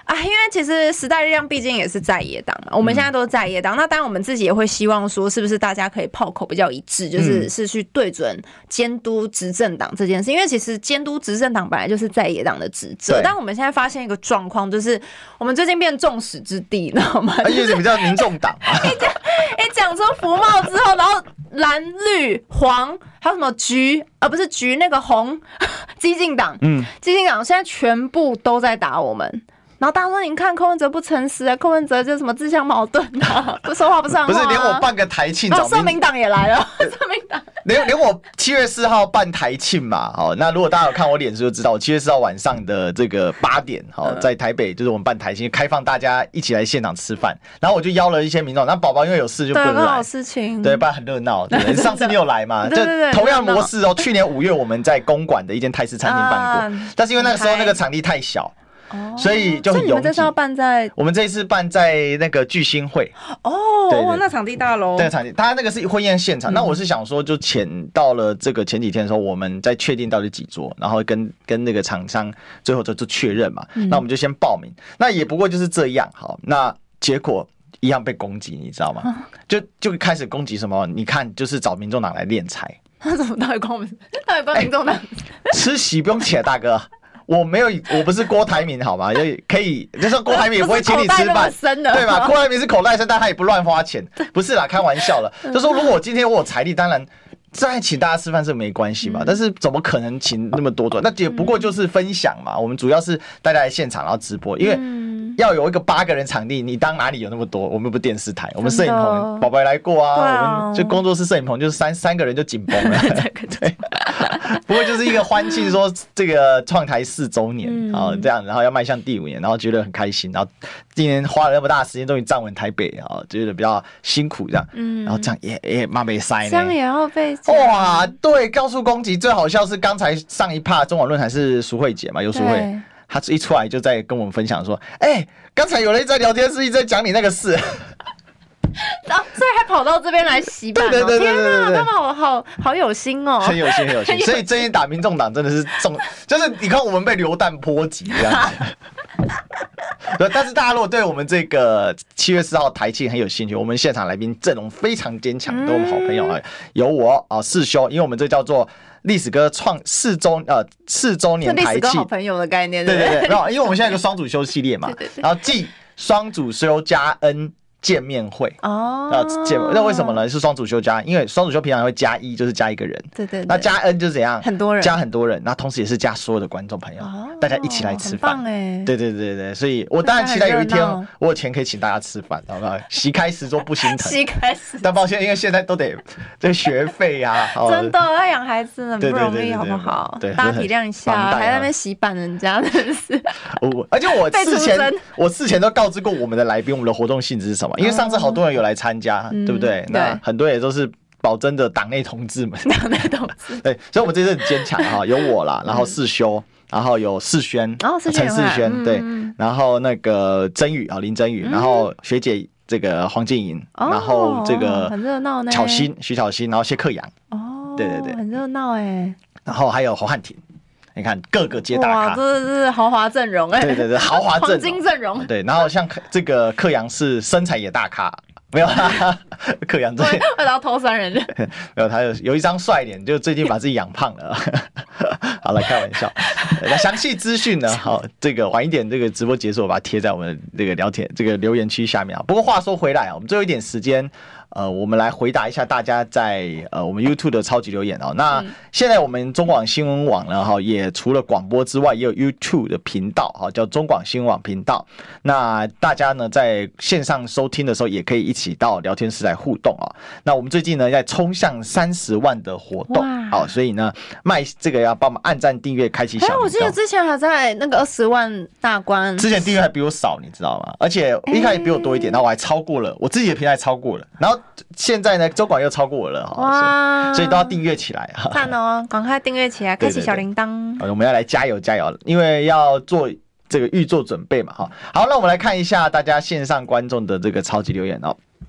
因为其实时代力量毕竟也是在野党嘛，我们现在都是在野党，那当然我们自己也会希望说，是不是大家可以炮口比较一致，就是去对准监督执政党这件事，因为其实监督执政党本来就是在野党的职责，但我们现在发现一个状况，就是我们最近变众矢之的，你知道吗？ 而且比较民众党， 一讲出服贸之后，然后蓝绿黄还有什么橘，不是橘，那个红，激进党，激进党现在全部都在打我们。然后大家说，你看柯文哲不诚实啊，柯文哲就什么自相矛盾啊，不说话不算话、啊。 不是连我办个台庆， 社民党也来了，社民党连我7月4号办台庆嘛，那如果大家有看我脸书就知道，我7月4号晚上的这个8点，在台北就是我们办台庆，开放大家一起来现场吃饭，然后我就邀了一些民众，那宝宝因为有事就不能来， 对，有事情， 对，不然很热闹。对，上次你有来嘛？就同样模式哦。去年5月我们在公馆的一间泰式餐厅办过，但是因为那个时候那个场地太小。所以就很拥挤。所以你们这次要办在？ 我们这一次办在那个巨星会。 那场地大喽。 那个场地，它那个是婚宴现场。那我是想说，就到了这个前几天的时候，我们在确定到底几桌，然后跟那个厂商最后就确认嘛。那我们就先报名。那也不过就是这样。好，那结果一样被攻击，你知道吗？就开始攻击什么？你看，就是找民众党来敛财。 他怎么到底关民众党？ 吃席不用钱，大哥。我不是郭台铭好吗？可以，就说郭台铭也不会请你吃饭，对吧？郭台铭是口袋深，但他也不乱花钱，不是啦，开玩笑了。就说如果我今天我有财力，当然再请大家吃饭是没关系嘛，但是怎么可能请那么多桌？那也不过就是分享嘛。我们主要是大家来现场然后直播，因为要有一个8个人场地，你当哪里有那么多？我们不电视台，我们摄影棚，宝宝也来过啊。我们就工作室摄影棚就是三个人就紧绷了。对，不过就是一个欢庆说这个创台4周年啊，这样，然后要迈向第5年，然后觉得很开心，然后今年花了那么大的时间，终于站稳台北啊，觉得比较辛苦这样，然后这样也妈没塞呢， 这样也要被哇，对，高速攻击最好笑是刚才上一趴中网论坛是淑慧姐嘛，有淑慧。他一出来就在跟我们分享说：“刚才有人在聊天室一直在讲你那个事。” 所以还跑到这边来洗版，天哪，他们好有心哦， 很有心，很有心。所以最近打民众党真的是就是你看我们被流弹波及这样子。但是大家如果对我们这个7月4号台庆很有兴趣，我们现场来宾阵容非常坚强，都是我们好朋友有我世修，因为我们这叫做。历史哥创4周年台庆， 好朋友的概念， 对，因为我们现在有个双主修系列嘛，然后继双主修加N。见面会那为什么呢？是双主修加，因为双主修平常会加1，就是加1个人，对，那加 N 就是怎样， 很多人， 加很多人，那同时也是加所有的观众朋友，大家一起来吃饭，对，所以我当然期待有一天我有钱可以请大家吃饭，好不好？席开10桌不心疼， 席开10， 但抱歉，因为现在都得这学费啊， 真的要养孩子很不容易，好不好？ 对， 大家体谅一下，还在那边洗版人家，真是。 而且我事前都告知过我们的来宾，我们的活动性质是什么。因为上次好多人有来参加，对不对？那很多也都是保真的党内同志们， 党内同志。 对，所以我们这次很坚强哈，有我啦，然后世修，然后有世轩，陈世轩，对，然后那个真宇林真宇，然后学姐这个黄静莹，然后这个很热闹呢， 徐巧芯，然后谢克阳，对， 很热闹然后还有侯汉廷。你看各个接大咖， 哇，这是豪华阵容对，豪华阵容， 黄金阵容。 对，然后像这个克阳是身材也大咖，没有啦，克阳最会到偷3人， 没有，他有一张帅脸，就最近把自己养胖了。好了，开玩笑。那详细资讯呢？好，这个晚一点这个直播结束，我把它贴在我们这个留言区下面啊。不过话说回来我们最后一点时间。我们来回答一下大家在我们 YouTube 的超级留言那现在我们中广新闻网呢也除了广播之外，也有 YouTube 的频道叫中广新闻网频道。那大家呢在线上收听的时候，也可以一起到聊天室来互动那我们最近呢在冲向30万的活动所以呢这个要帮我们按赞、订阅、开启小铃铛。 我记得之前还在那个20万大关， 之前订阅还比我少，你知道吗？而且一开始比我多一点，然后我还超过了我自己的平台，超过了，然后。现在呢，中广又超过我了哇！所以都要订阅起来看赶快订阅起来，开启小铃铛。 我们要来加油，因为要做这个预做准备嘛好，那我们来看一下大家线上观众的这个超级留言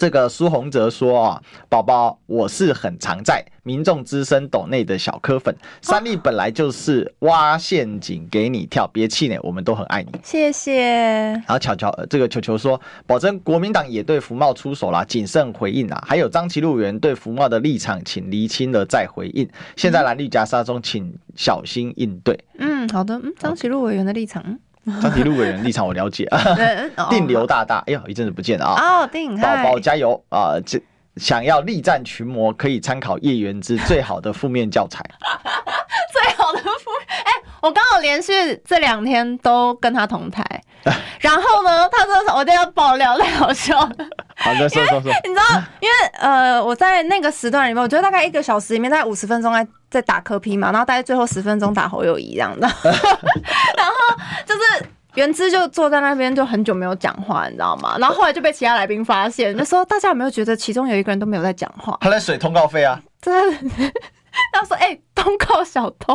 这个苏宏哲说啊，宝宝，我是很常在民众之声抖内的小柯粉，三立本来就是挖陷阱给你跳，别气馁，我们都很爱你， 谢谢。 然后这个球球说，保证国民党也对福茂出手啦，谨慎回应啦，还有张其禄委员对福茂的立场，请厘清了再回应。现在蓝绿夹杀中，请小心应对。 好的，张其禄委员的立场。 张其禄委员立场我了解啊，定刘大大，哎呦，一阵子不见了啊！ 定宝宝加油啊！想要力战群魔，可以参考叶元之最好的负面教材。 最好的负面，我刚好连续这2天都跟他同台，然后呢，他说我一定要爆料，太好笑了。 好的，说。 你知道，因为我在那个时段里面，我觉得大概1个小时里面，大概50分钟在打柯 P 嘛，然后大概最后10分钟打侯友宜这样的，然后就是元之就坐在那边就很久没有讲话，你知道吗？然后后来就被其他来宾发现，就说大家有没有觉得其中有一个人都没有在讲话？ 他在水通告费啊， 真的，他说通告小偷。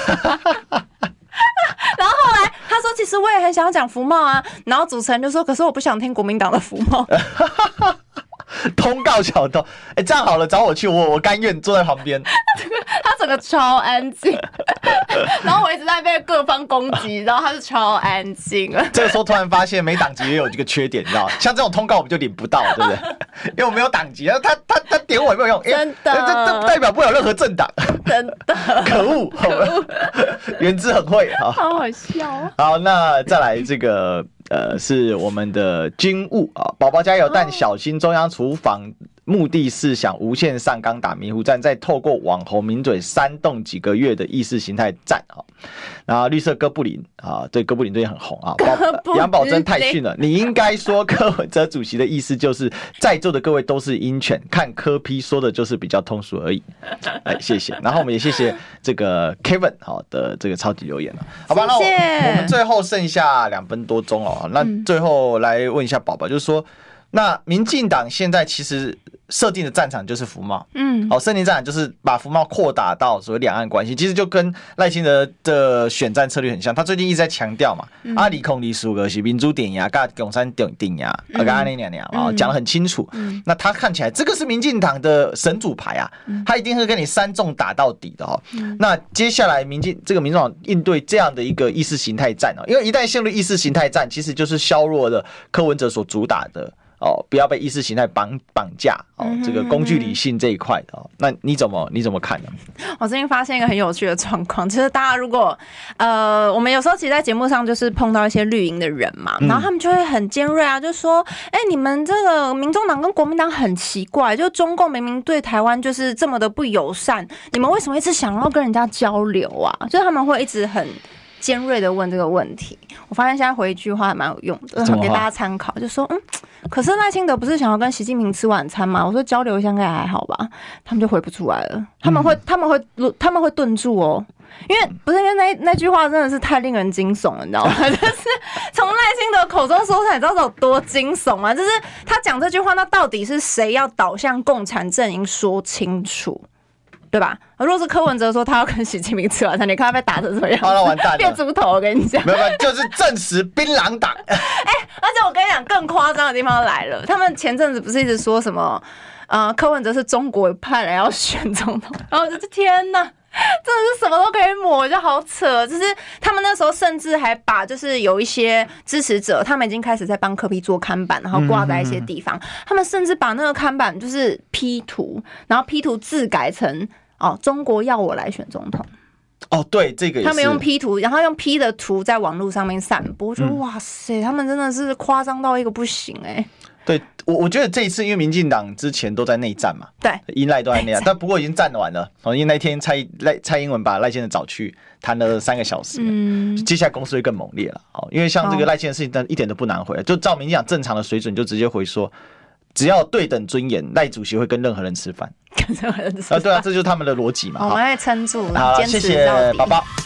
然后后来他说，其实我也很想要讲福茂啊，然后主持人就说，可是我不想听国民党的福茂。 通告小偷，这样好了，找我去，我甘愿坐在旁边。 他整个超安静，然后我一直在被各方攻击，然后他是超安静。 这个时候突然发现没党籍也有这个缺点，你知道吗？像这种通告我们就领不到，对不对？因为我没有党籍，他点我也没有用， 真的， 这代表不了任何政党， 真的， 可恶，元之很会， 好好笑。 好，那再来这个。是我们的军务啊，宝宝加油，但小心中央厨房目的是想无限上纲打迷糊战，再透过网红名嘴煽动几个月的意识形态战啊。然后绿色哥布林啊，对，哥布林最近很红啊。杨宝珍太逊了，你应该说柯文哲主席的意思就是在座的各位都是鹰犬，看柯 P 说的就是比较通俗而已。谢谢。然后我们也谢谢这个 Kevin 好的这个超级留言了，好吧？ 谢谢。 那我们最后剩下2分多钟了，那最后来问一下宝宝，就是说，那民进党现在其实设定的战场就是服贸，设定战场就是把服贸扩大到所谓两岸关系，其实就跟赖清德的选战策略很像。他最近一直在强调嘛，阿里空里苏格是民主点压，跟共产点压，跟阿那娘娘啊，讲得很清楚。那他看起来这个是民进党的神主牌啊，他一定会跟你3重打到底的哦。那接下来民众党应对这样的一个意识形态战哦，因为一旦陷入意识形态战，其实就是削弱了柯文哲所主打的。不要被意识形态绑架这个工具理性这一块的那你怎么看呢？ 我最近发现一个很有趣的状况，就是大家如果我们有时候其实在节目上就是碰到一些绿营的人嘛，然后他们就会很尖锐啊，就说你们这个民众党跟国民党很奇怪，就中共明明对台湾就是这么的不友善，你们为什么一直想要跟人家交流啊？就是他们会一直很尖锐的问这个问题。我发现现在回一句话还蛮有用的，给大家参考，就说可是赖清德不是想要跟习近平吃晚餐吗？我说交流一下应该还好吧，他们就回不出来了，他们会顿住哦。因为不是因为那句话真的是太令人惊悚了，你知道吗？就是从赖清德口中说出来，你知道有多惊悚吗？就是他讲这句话，那到底是谁要导向共产阵营？说清楚。对吧？如果是柯文哲说他要跟习近平吃晚餐，你看他被打成什么样子？ 好了，完蛋了， 变猪头！我跟你讲， 没有，就是证实槟榔党。 而且我跟你讲，更夸张的地方来了，他们前阵子不是一直说什么柯文哲是中国派来要选总统，然后我就天哪！真的是什么都可以抹，就好扯。就是他们那时候甚至还把就是有一些支持者，他们已经开始在帮柯 P 做看板，然后挂在一些地方。他们甚至把那个看板就是 P 图，然后 P 图字改成中国要我来选总统。 对，这个也是。 他们用 P 图，然后用 P 的图在网络上面散播，就哇塞，他们真的是夸张到一个不行对，我觉得这一次因为民进党之前都在内战嘛， 对， 依赖都在内战，但不过已经战完了。因为那天蔡英文把赖先生找去谈了3个小时，接下来攻势会更猛烈了。因为像这个赖先生事情，一点都不难回，就照民进党正常的水准，就直接回说，只要对等尊严，赖主席会跟任何人吃饭。 跟任何人吃饭对啊，这就是他们的逻辑嘛。 我们会撑住， 好，谢谢宝宝。